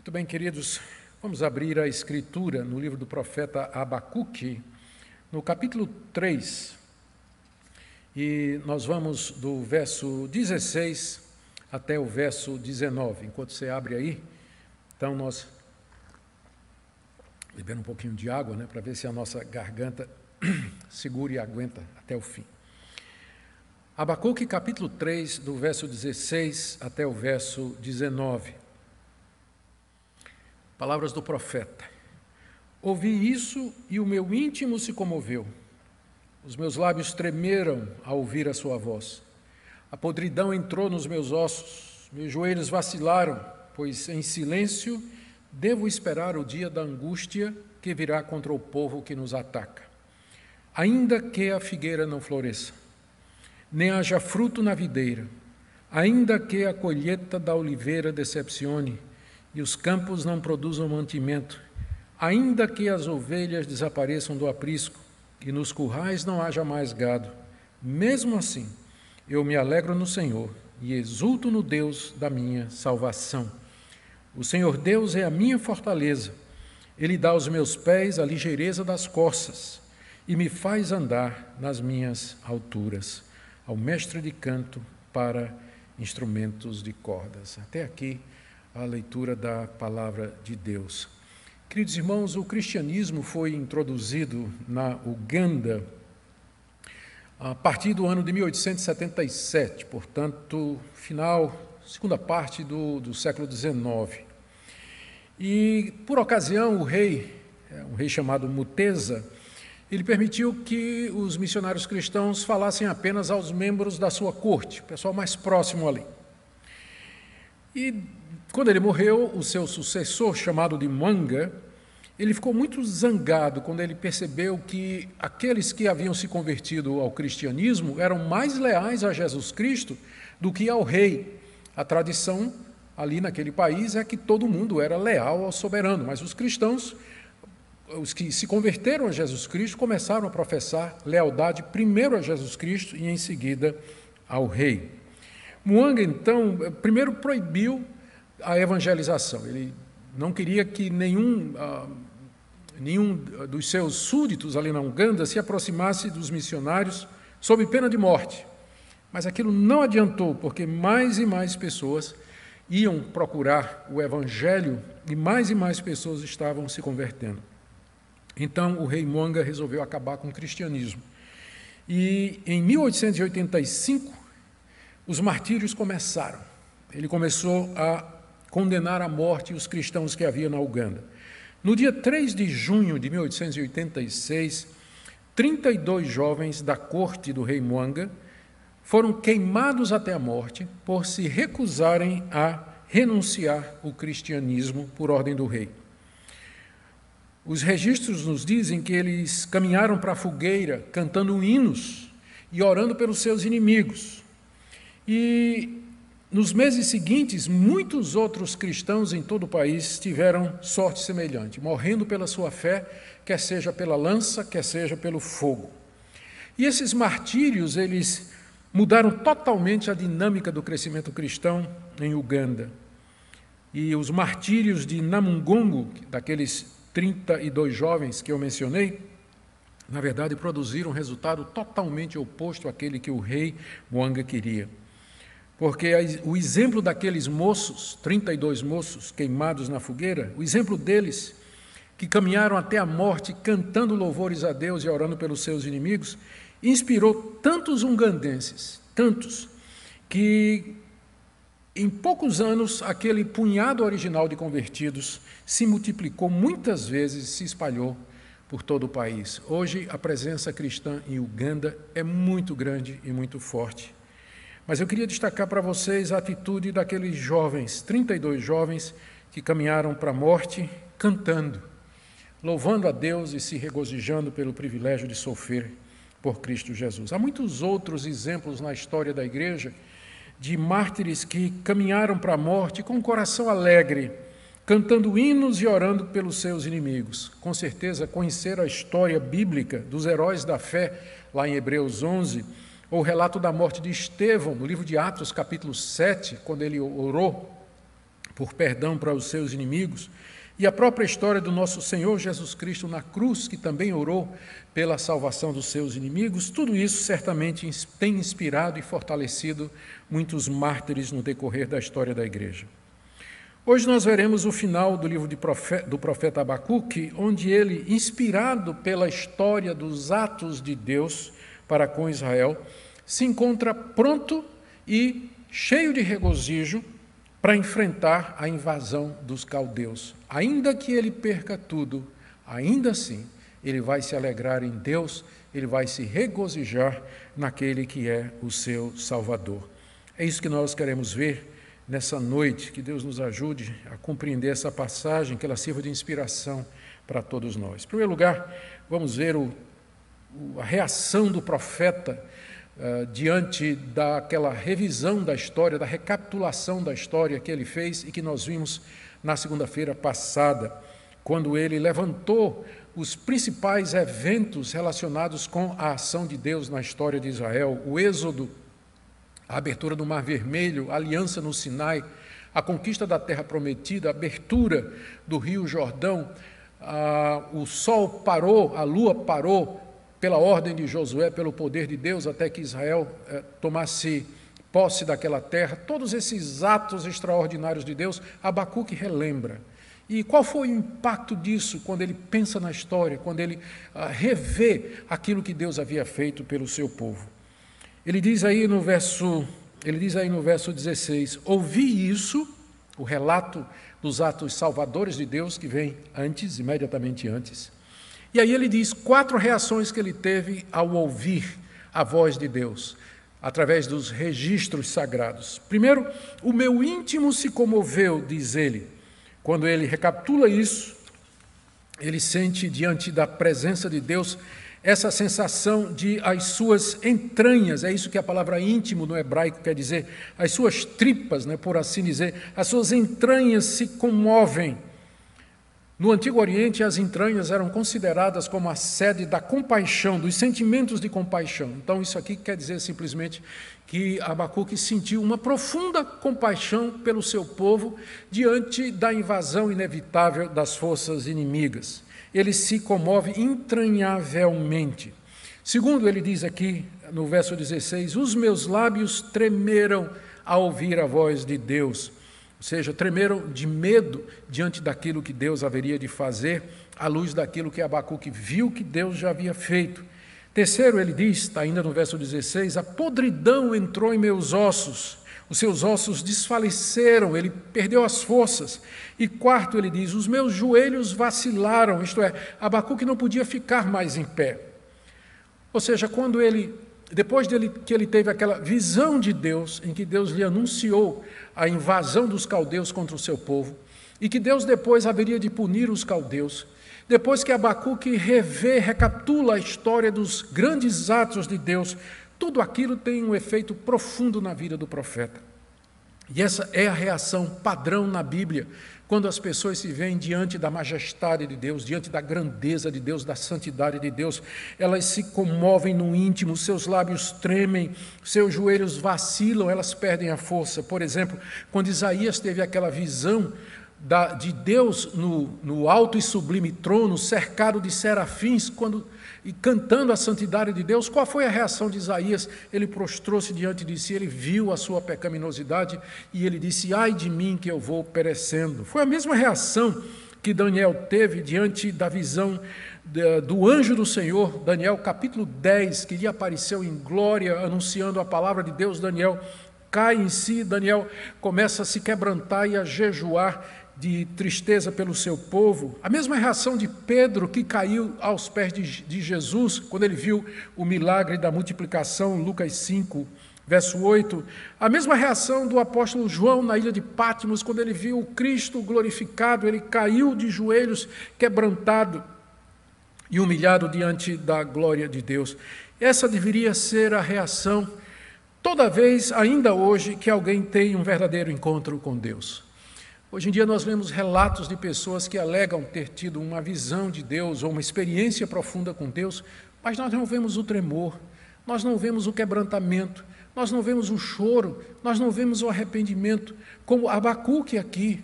Muito bem, queridos, vamos abrir a Escritura no livro do profeta Abacuque, no capítulo 3, e nós vamos do verso 16 até o verso 19. Enquanto você abre aí, então nós bebendo um pouquinho de água, para ver se a nossa garganta segura e aguenta até o fim. Abacuque, capítulo 3, do verso 16 até o verso 19. Palavras do profeta. Ouvi isso e o meu íntimo se comoveu. Os meus lábios tremeram ao ouvir a sua voz. A podridão entrou nos meus ossos, meus joelhos vacilaram, pois em silêncio devo esperar o dia da angústia que virá contra o povo que nos ataca. Ainda que a figueira não floresça, nem haja fruto na videira, ainda que a colheita da oliveira decepcione, e os campos não produzam mantimento, ainda que as ovelhas desapareçam do aprisco, e nos currais não haja mais gado, mesmo assim, eu me alegro no Senhor, e exulto no Deus da minha salvação. O Senhor Deus é a minha fortaleza, Ele dá aos meus pés a ligeireza das corças, e me faz andar nas minhas alturas. Ao mestre de canto para instrumentos de cordas. Até aqui, a leitura da palavra de Deus. Queridos irmãos, o cristianismo foi introduzido na Uganda a partir do ano de 1877, portanto, segunda parte do século XIX. E, por ocasião, o rei, um rei chamado Mutesa, ele permitiu que os missionários cristãos falassem apenas aos membros da sua corte, o pessoal mais próximo ali. E, quando ele morreu, o seu sucessor, chamado de Mwanga, ele ficou muito zangado quando ele percebeu que aqueles que haviam se convertido ao cristianismo eram mais leais a Jesus Cristo do que ao rei. A tradição ali naquele país é que todo mundo era leal ao soberano, mas os cristãos, os que se converteram a Jesus Cristo, começaram a professar lealdade primeiro a Jesus Cristo e em seguida ao rei. Mwanga, então, primeiro proibiu a evangelização. Ele não queria que nenhum dos seus súditos ali na Uganda se aproximasse dos missionários sob pena de morte. Mas aquilo não adiantou, porque mais e mais pessoas iam procurar o evangelho e mais pessoas estavam se convertendo. Então, o rei Mwanga resolveu acabar com o cristianismo. E, em 1885, os martírios começaram. Ele começou a condenar à morte os cristãos que havia na Uganda. No dia 3 de junho de 1886, 32 jovens da corte do rei Mwanga foram queimados até a morte por se recusarem a renunciar o cristianismo por ordem do rei. Os registros nos dizem que eles caminharam para a fogueira cantando hinos e orando pelos seus inimigos. E nos meses seguintes, muitos outros cristãos em todo o país tiveram sorte semelhante, morrendo pela sua fé, quer seja pela lança, quer seja pelo fogo. E esses martírios, eles mudaram totalmente a dinâmica do crescimento cristão em Uganda. E os martírios de Namungongo, daqueles 32 jovens que eu mencionei, na verdade produziram um resultado totalmente oposto àquele que o rei Mwanga queria. Porque o exemplo daqueles moços, 32 moços queimados na fogueira, o exemplo deles, que caminharam até a morte cantando louvores a Deus e orando pelos seus inimigos, inspirou tantos ugandenses, tantos, que em poucos anos aquele punhado original de convertidos se multiplicou muitas vezes e se espalhou por todo o país. Hoje a presença cristã em Uganda é muito grande e muito forte. Mas eu queria destacar para vocês a atitude daqueles jovens, 32 jovens, que caminharam para a morte cantando, louvando a Deus e se regozijando pelo privilégio de sofrer por Cristo Jesus. Há muitos outros exemplos na história da igreja de mártires que caminharam para a morte com um coração alegre, cantando hinos e orando pelos seus inimigos. Com certeza, conhecer a história bíblica dos heróis da fé, lá em Hebreus 11, ou o relato da morte de Estevão, no livro de Atos, capítulo 7, quando ele orou por perdão para os seus inimigos, e a própria história do nosso Senhor Jesus Cristo na cruz, que também orou pela salvação dos seus inimigos, tudo isso certamente tem inspirado e fortalecido muitos mártires no decorrer da história da igreja. Hoje nós veremos o final do livro do profeta Abacuque, onde ele, inspirado pela história dos atos de Deus para com Israel, se encontra pronto e cheio de regozijo para enfrentar a invasão dos caldeus. Ainda que ele perca tudo, ainda assim, ele vai se alegrar em Deus, ele vai se regozijar naquele que é o seu Salvador. É isso que nós queremos ver nessa noite, que Deus nos ajude a compreender essa passagem, que ela sirva de inspiração para todos nós. Em primeiro lugar, vamos ver a reação do profeta diante daquela revisão da história, da recapitulação da história que ele fez e que nós vimos na segunda-feira passada, quando ele levantou os principais eventos relacionados com a ação de Deus na história de Israel, o êxodo, a abertura do Mar Vermelho, a aliança no Sinai, a conquista da terra prometida, a abertura do rio Jordão, o sol parou, a lua parou pela ordem de Josué, pelo poder de Deus, até que Israel tomasse posse daquela terra. Todos esses atos extraordinários de Deus, Abacuque relembra. E qual foi o impacto disso quando ele pensa na história, quando ele revê aquilo que Deus havia feito pelo seu povo? Ele diz aí no verso 16, ouvi isso, o relato dos atos salvadores de Deus, que vem antes, imediatamente antes. E aí ele diz 4 reações que ele teve ao ouvir a voz de Deus, através dos registros sagrados. Primeiro, o meu íntimo se comoveu, diz ele. Quando ele recapitula isso, ele sente diante da presença de Deus essa sensação de as suas entranhas, é isso que a palavra íntimo no hebraico quer dizer, as suas tripas, né, por assim dizer, as suas entranhas se comovem. No Antigo Oriente, as entranhas eram consideradas como a sede da compaixão, dos sentimentos de compaixão. Então, isso aqui quer dizer simplesmente que Abacuque sentiu uma profunda compaixão pelo seu povo diante da invasão inevitável das forças inimigas. Ele se comove entranhavelmente. Segundo, ele diz aqui no verso 16, os meus lábios tremeram ao ouvir a voz de Deus. Ou seja, tremeram de medo diante daquilo que Deus haveria de fazer, à luz daquilo que Abacuque viu que Deus já havia feito. Terceiro, ele diz, está ainda no verso 16, a podridão entrou em meus ossos, os seus ossos desfaleceram, ele perdeu as forças. E quarto, ele diz, os meus joelhos vacilaram, isto é, Abacuque não podia ficar mais em pé. Ou seja, depois que ele teve aquela visão de Deus, em que Deus lhe anunciou a invasão dos caldeus contra o seu povo, e que Deus depois haveria de punir os caldeus, depois que Abacuque recapitula a história dos grandes atos de Deus, tudo aquilo tem um efeito profundo na vida do profeta. E essa é a reação padrão na Bíblia, quando as pessoas se veem diante da majestade de Deus, diante da grandeza de Deus, da santidade de Deus, elas se comovem no íntimo, seus lábios tremem, seus joelhos vacilam, elas perdem a força. Por exemplo, quando Isaías teve aquela visão de Deus no alto e sublime trono, cercado de serafins, e cantando a santidade de Deus, qual foi a reação de Isaías? Ele prostrou-se diante de si, ele viu a sua pecaminosidade e ele disse, ai de mim que eu vou perecendo. Foi a mesma reação que Daniel teve diante da visão do anjo do Senhor, Daniel capítulo 10, que lhe apareceu em glória, anunciando a palavra de Deus. Daniel cai em si, Daniel começa a se quebrantar e a jejuar de tristeza pelo seu povo. A mesma reação de Pedro, que caiu aos pés de Jesus, quando ele viu o milagre da multiplicação, Lucas 5, verso 8. A mesma reação do apóstolo João na ilha de Patmos, quando ele viu o Cristo glorificado, ele caiu de joelhos, quebrantado e humilhado diante da glória de Deus. Essa deveria ser a reação toda vez, ainda hoje, que alguém tem um verdadeiro encontro com Deus. Hoje em dia nós vemos relatos de pessoas que alegam ter tido uma visão de Deus ou uma experiência profunda com Deus, mas nós não vemos o tremor, nós não vemos o quebrantamento, nós não vemos o choro, nós não vemos o arrependimento, como Abacuque aqui,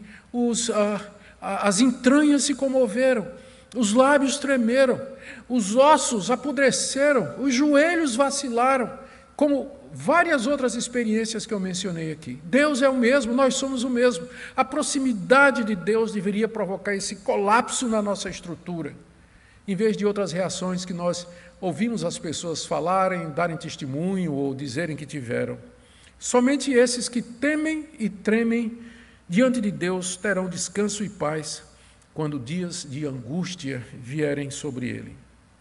as entranhas se comoveram, os lábios tremeram, os ossos apodreceram, os joelhos vacilaram, como várias outras experiências que eu mencionei aqui. Deus é o mesmo, nós somos o mesmo. A proximidade de Deus deveria provocar esse colapso na nossa estrutura, em vez de outras reações que nós ouvimos as pessoas falarem, darem testemunho ou dizerem que tiveram. Somente esses que temem e tremem diante de Deus terão descanso e paz quando dias de angústia vierem sobre ele.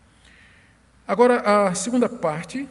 Agora, a segunda parte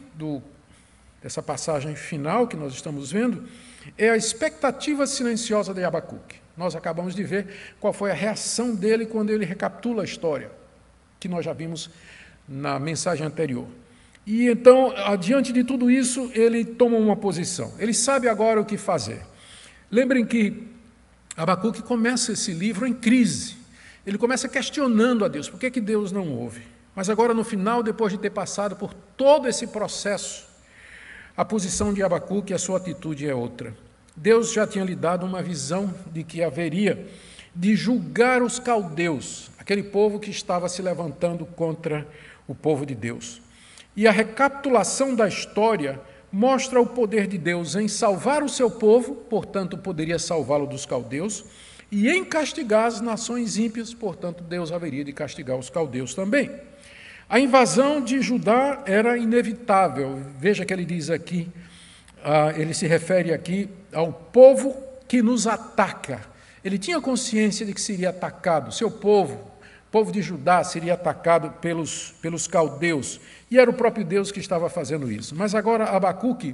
dessa passagem final que nós estamos vendo é a expectativa silenciosa de Abacuque. Nós acabamos de ver qual foi a reação dele quando ele recapitula a história, que nós já vimos na mensagem anterior. E então, diante de tudo isso, ele toma uma posição. Ele sabe agora o que fazer. Lembrem que Abacuque começa esse livro em crise. Ele começa questionando a Deus. Por que Deus não ouve? Mas agora, no final, depois de ter passado por todo esse processo, a posição de Abacuque e a sua atitude é outra. Deus já tinha lhe dado uma visão de que haveria de julgar os caldeus, aquele povo que estava se levantando contra o povo de Deus. E a recapitulação da história mostra o poder de Deus em salvar o seu povo, portanto, poderia salvá-lo dos caldeus, e em castigar as nações ímpias, portanto, Deus haveria de castigar os caldeus também. A invasão de Judá era inevitável. Veja que ele diz aqui, ele se refere aqui ao povo que nos ataca. Ele tinha consciência de que seria atacado, seu povo, o povo de Judá, seria atacado pelos caldeus, e era o próprio Deus que estava fazendo isso. Mas agora Abacuque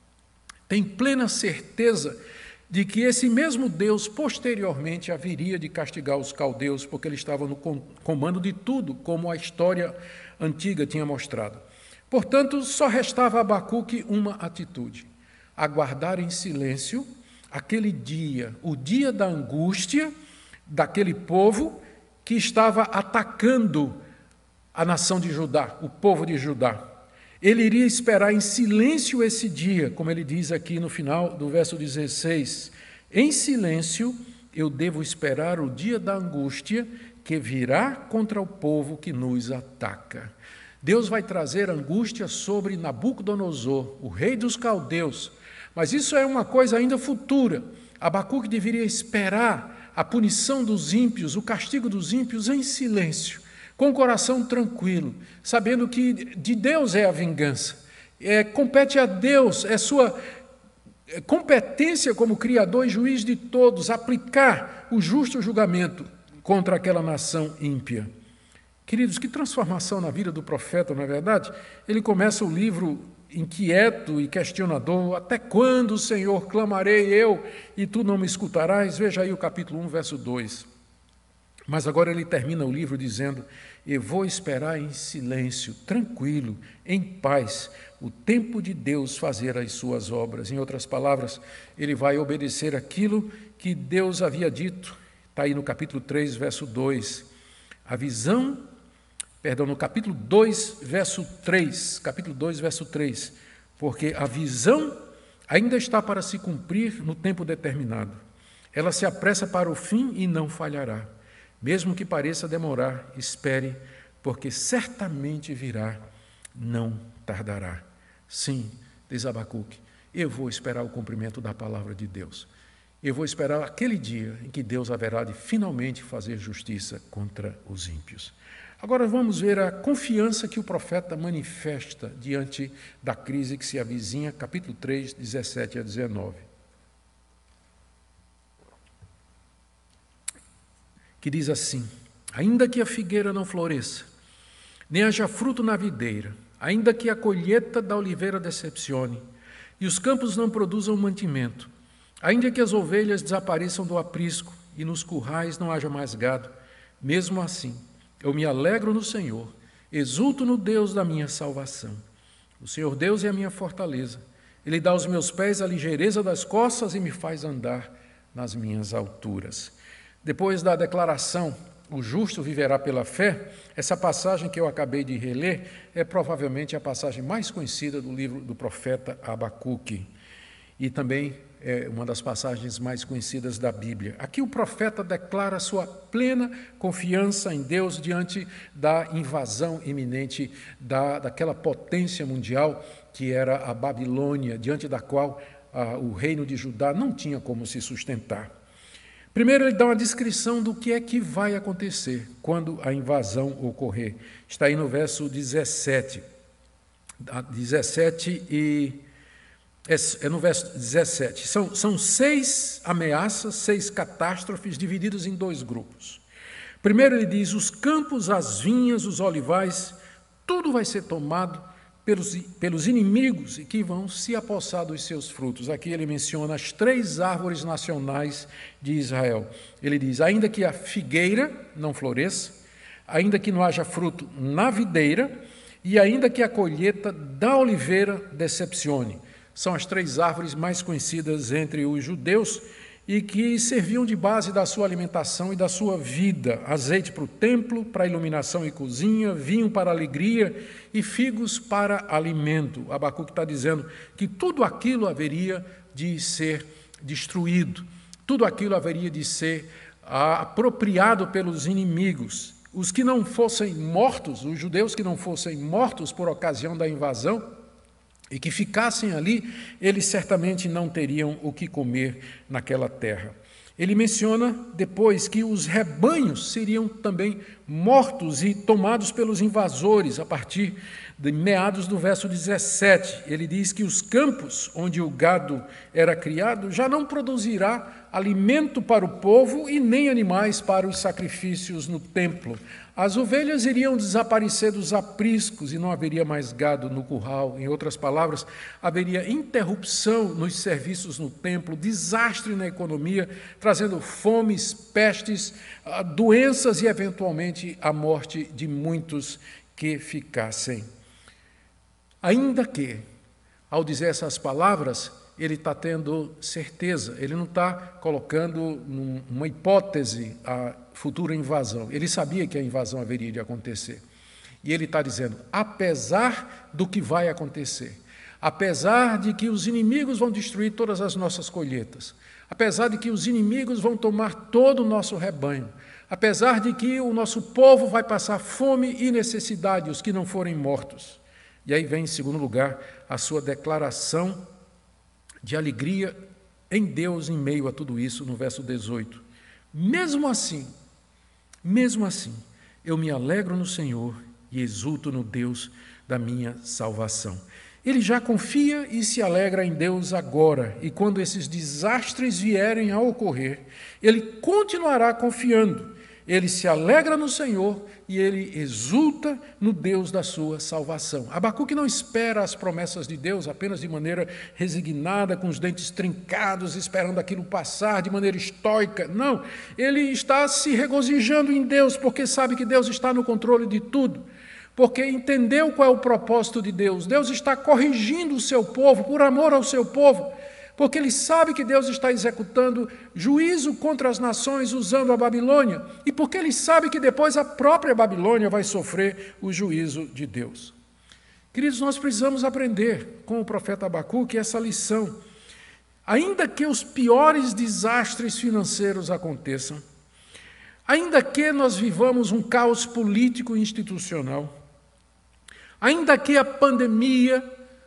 tem plena certeza de que esse mesmo Deus posteriormente haveria de castigar os caldeus, porque ele estava no comando de tudo, como a história antiga tinha mostrado. Portanto, só restava a Abacuque uma atitude: aguardar em silêncio aquele dia, o dia da angústia daquele povo que estava atacando a nação de Judá, o povo de Judá. Ele iria esperar em silêncio esse dia, como ele diz aqui no final do verso 16. Em silêncio eu devo esperar o dia da angústia que virá contra o povo que nos ataca. Deus vai trazer angústia sobre Nabucodonosor, o rei dos caldeus, mas isso é uma coisa ainda futura. Abacuque deveria esperar a punição dos ímpios, o castigo dos ímpios em silêncio, com o coração tranquilo, sabendo que de Deus é a vingança, compete a Deus, é sua competência como Criador e Juiz de todos, aplicar o justo julgamento contra aquela nação ímpia. Queridos, que transformação na vida do profeta, não é verdade? Ele começa o livro inquieto e questionador: até quando, Senhor, clamarei eu e tu não me escutarás? Veja aí o capítulo 1, verso 2. Mas agora ele termina o livro dizendo: eu vou esperar em silêncio, tranquilo, em paz, o tempo de Deus fazer as suas obras. Em outras palavras, ele vai obedecer aquilo que Deus havia dito. Está aí no capítulo 3, verso 2. No capítulo 2, verso 3. Capítulo 2, verso 3. Porque a visão ainda está para se cumprir no tempo determinado. Ela se apressa para o fim e não falhará. Mesmo que pareça demorar, espere, porque certamente virá, não tardará. Sim, diz Abacuque, eu vou esperar o cumprimento da palavra de Deus. Eu vou esperar aquele dia em que Deus haverá de finalmente fazer justiça contra os ímpios. Agora vamos ver a confiança que o profeta manifesta diante da crise que se avizinha, capítulo 3, 17 a 19. Que diz assim: ainda que a figueira não floresça, nem haja fruto na videira, ainda que a colheita da oliveira decepcione, e os campos não produzam mantimento, ainda que as ovelhas desapareçam do aprisco, e nos currais não haja mais gado, mesmo assim, eu me alegro no Senhor, exulto no Deus da minha salvação. O Senhor Deus é a minha fortaleza, Ele dá aos meus pés a ligeireza das costas e me faz andar nas minhas alturas. Depois da declaração o justo viverá pela fé, essa passagem que eu acabei de reler é provavelmente a passagem mais conhecida do livro do profeta Abacuque e também é uma das passagens mais conhecidas da Bíblia. Aqui o profeta declara sua plena confiança em Deus diante da invasão iminente daquela potência mundial que era a Babilônia, diante da qual o reino de Judá não tinha como se sustentar. Primeiro, ele dá uma descrição do que é que vai acontecer quando a invasão ocorrer. Está aí no verso 17. 17 e... É no verso 17. São 6 ameaças, 6 catástrofes, divididas em 2 grupos. Primeiro ele diz, os campos, as vinhas, os olivais, tudo vai ser tomado pelos inimigos e que vão se apossar dos seus frutos. Aqui ele menciona as 3 árvores nacionais de Israel. Ele diz, ainda que a figueira não floresça, ainda que não haja fruto na videira e ainda que a colheita da oliveira decepcione. São as 3 árvores mais conhecidas entre os judeus e que serviam de base da sua alimentação e da sua vida. Azeite para o templo, para iluminação e cozinha, vinho para alegria e figos para alimento. Abacuque está dizendo que tudo aquilo haveria de ser destruído, tudo aquilo haveria de ser apropriado pelos inimigos. Os que não fossem mortos, os judeus que não fossem mortos por ocasião da invasão, e que ficassem ali, eles certamente não teriam o que comer naquela terra. Ele menciona depois que os rebanhos seriam também mortos e tomados pelos invasores, a partir de meados do verso 17. Ele diz que os campos onde o gado era criado já não produzirá alimento para o povo e nem animais para os sacrifícios no templo. As ovelhas iriam desaparecer dos apriscos e não haveria mais gado no curral. Em outras palavras, haveria interrupção nos serviços no templo, desastre na economia, trazendo fomes, pestes, doenças e, eventualmente, a morte de muitos que ficassem. Ainda que, ao dizer essas palavras, ele está tendo certeza, ele não está colocando uma hipótese a futura invasão. Ele sabia que a invasão haveria de acontecer. E ele está dizendo, apesar do que vai acontecer, apesar de que os inimigos vão destruir todas as nossas colheitas, apesar de que os inimigos vão tomar todo o nosso rebanho, apesar de que o nosso povo vai passar fome e necessidade, os que não forem mortos. E aí vem, em segundo lugar, a sua declaração de alegria em Deus em meio a tudo isso, no verso 18. Mesmo assim, eu me alegro no Senhor e exulto no Deus da minha salvação. Ele já confia e se alegra em Deus agora, e quando esses desastres vierem a ocorrer, ele continuará confiando. Ele se alegra no Senhor e ele exulta no Deus da sua salvação. Abacuque não espera as promessas de Deus apenas de maneira resignada, com os dentes trincados, esperando aquilo passar de maneira estoica. Não, ele está se regozijando em Deus, porque sabe que Deus está no controle de tudo. Porque entendeu qual é o propósito de Deus. Deus está corrigindo o seu povo, por amor ao seu povo. Porque ele sabe que Deus está executando juízo contra as nações usando a Babilônia, e porque ele sabe que depois a própria Babilônia vai sofrer o juízo de Deus. Queridos, nós precisamos aprender com o profeta Abacuque essa lição. Ainda que os piores desastres financeiros aconteçam, ainda que nós vivamos um caos político e institucional, ainda que a pandemia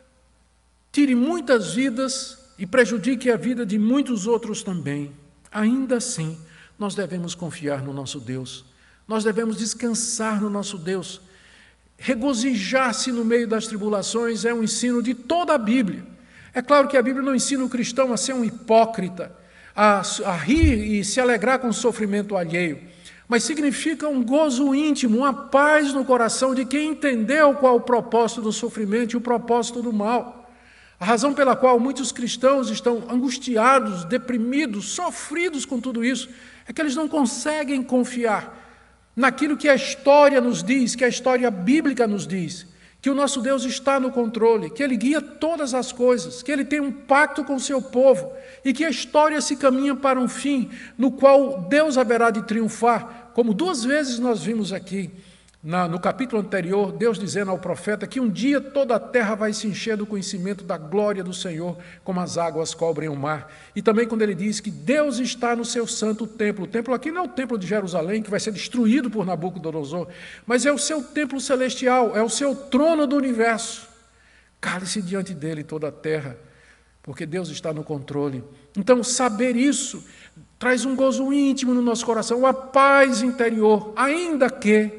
tire muitas vidas e prejudique a vida de muitos outros também, ainda assim, nós devemos confiar no nosso Deus, nós devemos descansar no nosso Deus. Regozijar-se no meio das tribulações é um ensino de toda a Bíblia. É claro que a Bíblia não ensina o cristão a ser um hipócrita, a rir e se alegrar com o sofrimento alheio, mas significa um gozo íntimo, uma paz no coração de quem entendeu qual é o propósito do sofrimento e o propósito do mal. A razão pela qual muitos cristãos estão angustiados, deprimidos, sofridos com tudo isso, é que eles não conseguem confiar naquilo que a história nos diz, que a história bíblica nos diz, que o nosso Deus está no controle, que Ele guia todas as coisas, que Ele tem um pacto com o seu povo e que a história se caminha para um fim no qual Deus haverá de triunfar como 2 vezes nós vimos aqui, no capítulo anterior, Deus dizendo ao profeta que um dia toda a terra vai se encher do conhecimento da glória do Senhor, como as águas cobrem o mar. E também quando ele diz que Deus está no seu santo templo. O templo aqui não é o templo de Jerusalém, que vai ser destruído por Nabucodonosor, mas é o seu templo celestial, é o seu trono do universo. Cale-se diante dele toda a terra, porque Deus está no controle. Então, saber isso traz um gozo íntimo no nosso coração, uma paz interior, ainda que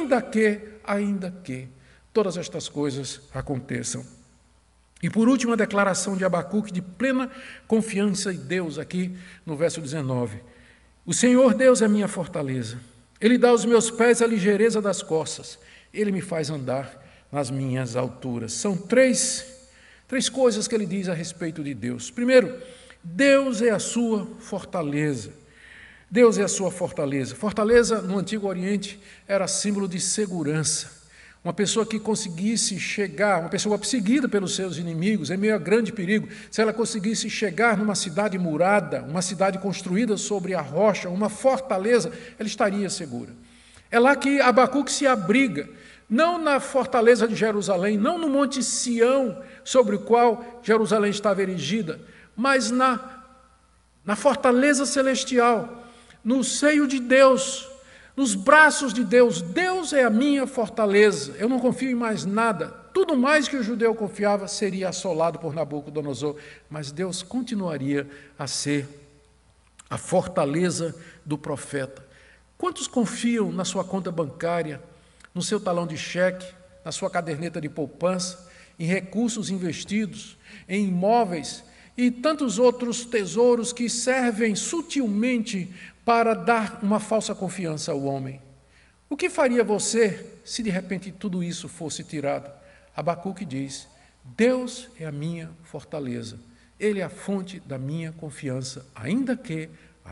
todas estas coisas aconteçam. E por último, a declaração de Abacuque de plena confiança em Deus, aqui no verso 19. O Senhor Deus é minha fortaleza, Ele dá aos meus pés a ligeireza das costas, Ele me faz andar nas minhas alturas. São três coisas que ele diz a respeito de Deus. Primeiro, Deus é a sua fortaleza. Deus é a sua fortaleza. Fortaleza, no Antigo Oriente, era símbolo de segurança. Uma pessoa que conseguisse chegar, uma pessoa perseguida pelos seus inimigos, em meio a grande perigo, se ela conseguisse chegar numa cidade murada, uma cidade construída sobre a rocha, uma fortaleza, ela estaria segura. É lá que Abacuque se abriga, não na fortaleza de Jerusalém, não no Monte Sião, sobre o qual Jerusalém estava erigida, mas na fortaleza celestial, no seio de Deus, nos braços de Deus. Deus é a minha fortaleza, eu não confio em mais nada. Tudo mais que o judeu confiava seria assolado por Nabucodonosor, mas Deus continuaria a ser a fortaleza do profeta. Quantos confiam na sua conta bancária, no seu talão de cheque, na sua caderneta de poupança, em recursos investidos, em imóveis e tantos outros tesouros que servem sutilmente para dar uma falsa confiança ao homem? O que faria você se de repente tudo isso fosse tirado? Abacuque diz: Deus é a minha fortaleza, Ele é a fonte da minha confiança, ainda que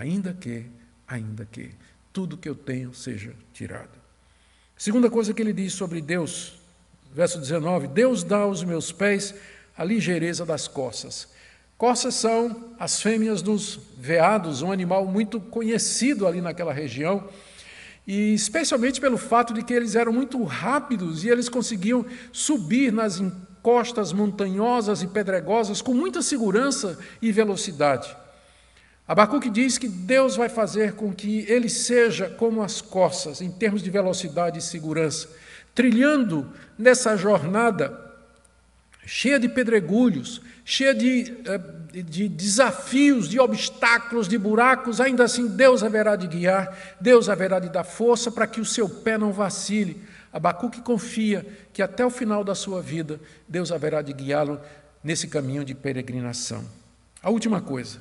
tudo que eu tenho seja tirado. Segunda coisa que ele diz sobre Deus, verso 19, Deus dá aos meus pés a ligeireza das coças. Coças são as fêmeas dos veados, um animal muito conhecido ali naquela região, e especialmente pelo fato de que eles eram muito rápidos e eles conseguiam subir nas encostas montanhosas e pedregosas com muita segurança e velocidade. Abacuque diz que Deus vai fazer com que ele seja como as corças, em termos de velocidade e segurança, trilhando nessa jornada cheia de pedregulhos, cheia de desafios, de obstáculos, de buracos. Ainda assim Deus haverá de guiar, Deus haverá de dar força para que o seu pé não vacile. Abacuque confia que até o final da sua vida Deus haverá de guiá-lo nesse caminho de peregrinação. A última coisa,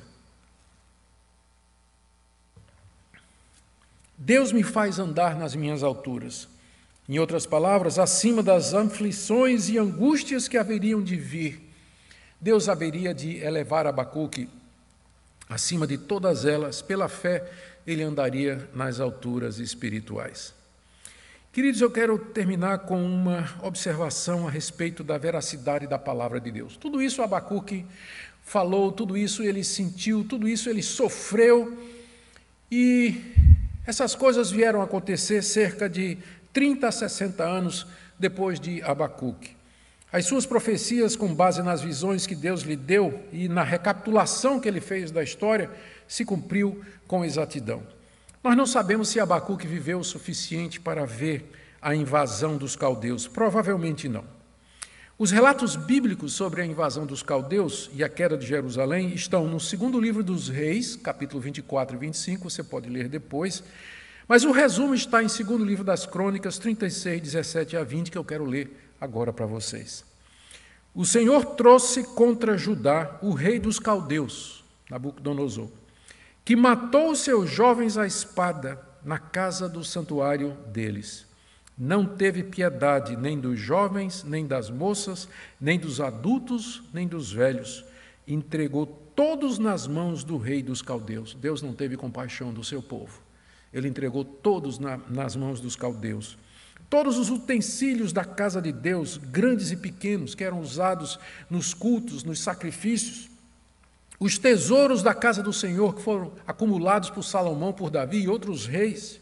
Deus me faz andar nas minhas alturas. Em outras palavras, acima das aflições e angústias que haveriam de vir, Deus haveria de elevar Abacuque acima de todas elas. Pela fé, ele andaria nas alturas espirituais. Queridos, eu quero terminar com uma observação a respeito da veracidade da palavra de Deus. Tudo isso Abacuque falou, tudo isso ele sentiu, tudo isso ele sofreu, e essas coisas vieram a acontecer cerca de 30 a 60 anos depois de Abacuque. As suas profecias, com base nas visões que Deus lhe deu e na recapitulação que ele fez da história, se cumpriu com exatidão. Nós não sabemos se Abacuque viveu o suficiente para ver a invasão dos caldeus. Provavelmente não. Os relatos bíblicos sobre a invasão dos caldeus e a queda de Jerusalém estão no segundo livro dos Reis, capítulo 24 e 25, você pode ler depois, mas o resumo está em segundo livro das Crônicas, 36, 17 a 20, que eu quero ler agora para vocês. O Senhor trouxe contra Judá o rei dos caldeus, Nabucodonosor, que matou os seus jovens à espada na casa do santuário deles. Não teve piedade nem dos jovens, nem das moças, nem dos adultos, nem dos velhos. Entregou todos nas mãos do rei dos caldeus. Deus não teve compaixão do seu povo. Ele entregou todos nas mãos dos caldeus. Todos os utensílios da casa de Deus, grandes e pequenos, que eram usados nos cultos, nos sacrifícios, os tesouros da casa do Senhor, que foram acumulados por Salomão, por Davi e outros reis,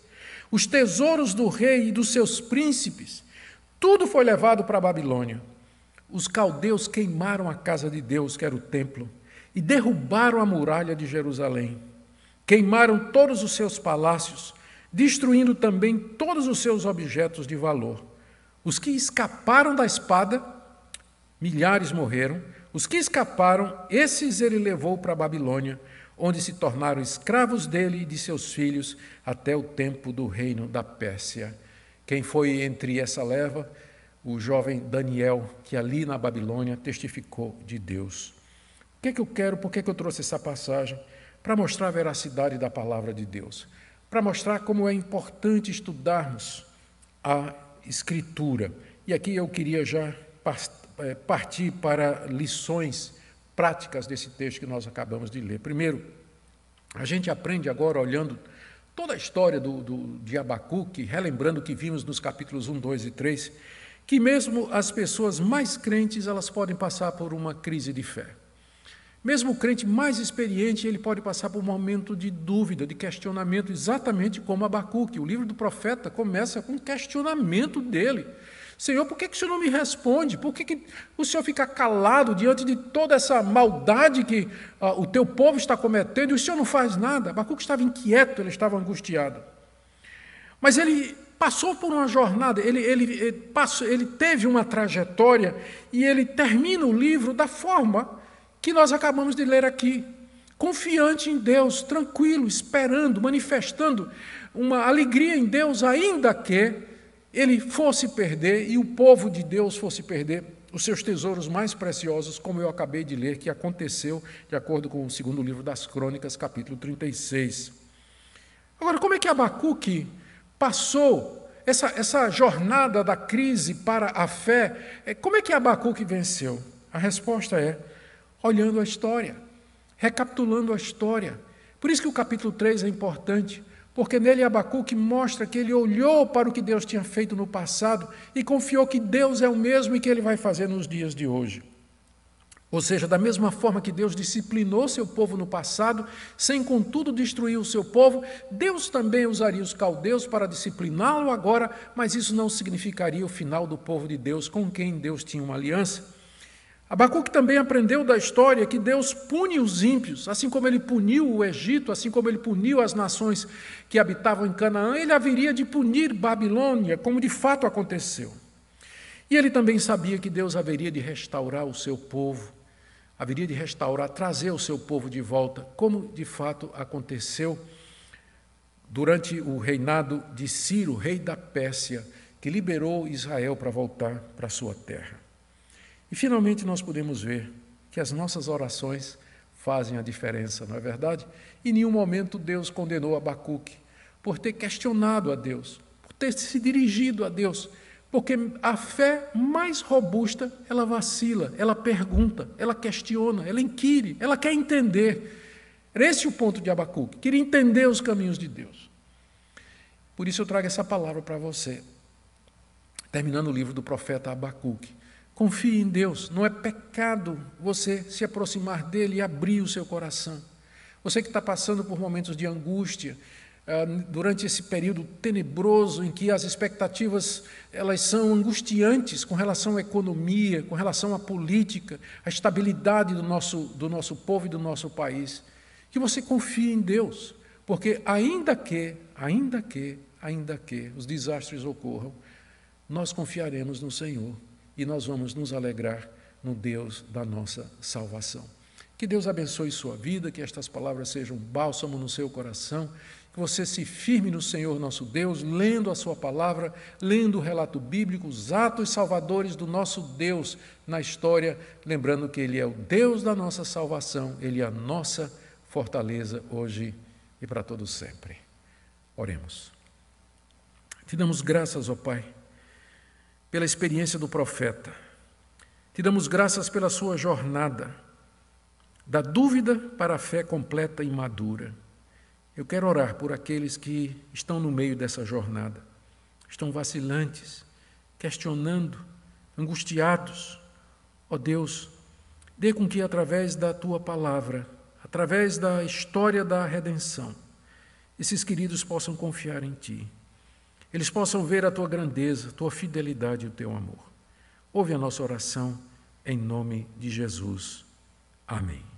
os tesouros do rei e dos seus príncipes, tudo foi levado para a Babilônia. Os caldeus queimaram a casa de Deus, que era o templo, e derrubaram a muralha de Jerusalém. Queimaram todos os seus palácios, destruindo também todos os seus objetos de valor. Os que escaparam da espada, milhares morreram. Os que escaparam, esses ele levou para a Babilônia, onde se tornaram escravos dele e de seus filhos até o tempo do reino da Pérsia. Quem foi entre essa leva? O jovem Daniel, que ali na Babilônia testificou de Deus. O que é que eu quero? Por que é que eu trouxe essa passagem? Para mostrar a veracidade da palavra de Deus. Para mostrar como é importante estudarmos a Escritura. E aqui eu queria já partir para lições práticas desse texto que nós acabamos de ler. Primeiro, a gente aprende agora, olhando toda a história de Abacuque, relembrando o que vimos nos capítulos 1, 2 e 3, que mesmo as pessoas mais crentes, elas podem passar por uma crise de fé. Mesmo o crente mais experiente, ele pode passar por um momento de dúvida, de questionamento, exatamente como Abacuque. O livro do profeta começa com um questionamento dele. Senhor, por que o Senhor não me responde? Por que o Senhor fica calado diante de toda essa maldade que o teu povo está cometendo e o Senhor não faz nada? Abacuque estava inquieto, ele estava angustiado. Mas ele passou por uma jornada, ele teve uma trajetória e ele termina o livro da forma que nós acabamos de ler aqui, confiante em Deus, tranquilo, esperando, manifestando uma alegria em Deus, ainda que ele fosse perder e o povo de Deus fosse perder os seus tesouros mais preciosos, como eu acabei de ler, que aconteceu de acordo com o segundo livro das Crônicas, capítulo 36. Agora, como é que Abacuque passou essa jornada da crise para a fé? Como é que Abacuque venceu? A resposta é olhando a história, recapitulando a história. Por isso que o capítulo 3 é importante, porque nele Abacuque mostra que ele olhou para o que Deus tinha feito no passado e confiou que Deus é o mesmo e que ele vai fazer nos dias de hoje. Ou seja, da mesma forma que Deus disciplinou seu povo no passado, sem contudo destruir o seu povo, Deus também usaria os caldeus para discipliná-lo agora, mas isso não significaria o final do povo de Deus, com quem Deus tinha uma aliança. Abacuque também aprendeu da história que Deus pune os ímpios, assim como ele puniu o Egito, assim como ele puniu as nações que habitavam em Canaã, ele haveria de punir Babilônia, como de fato aconteceu. E ele também sabia que Deus haveria de restaurar o seu povo, haveria de restaurar, trazer o seu povo de volta, como de fato aconteceu durante o reinado de Ciro, rei da Pérsia, que liberou Israel para voltar para a sua terra. E, finalmente, nós podemos ver que as nossas orações fazem a diferença, não é verdade? Em nenhum momento Deus condenou Abacuque por ter questionado a Deus, por ter se dirigido a Deus, porque a fé mais robusta, ela vacila, ela pergunta, ela questiona, ela inquire, ela quer entender. Era esse o ponto de Abacuque, queria entender os caminhos de Deus. Por isso eu trago essa palavra para você, terminando o livro do profeta Abacuque. Confie em Deus, não é pecado você se aproximar dele e abrir o seu coração. Você que está passando por momentos de angústia, durante esse período tenebroso em que as expectativas elas são angustiantes com relação à economia, com relação à política, à estabilidade do nosso povo e do nosso país, que você confie em Deus, porque ainda que os desastres ocorram, nós confiaremos no Senhor. E nós vamos nos alegrar no Deus da nossa salvação. Que Deus abençoe sua vida, que estas palavras sejam bálsamo no seu coração, que você se firme no Senhor nosso Deus, lendo a sua palavra, lendo o relato bíblico, os atos salvadores do nosso Deus na história, lembrando que Ele é o Deus da nossa salvação, Ele é a nossa fortaleza hoje e para todo sempre. Oremos. Te damos graças, ó Pai, pela experiência do profeta. Te damos graças pela sua jornada, da dúvida para a fé completa e madura. Eu quero orar por aqueles que estão no meio dessa jornada, estão vacilantes, questionando, angustiados. Ó Deus, dê com que através da tua palavra, através da história da redenção, esses queridos possam confiar em ti. eles possam ver a tua grandeza, a tua fidelidade e o teu amor. Ouve a nossa oração, em nome de Jesus. Amém.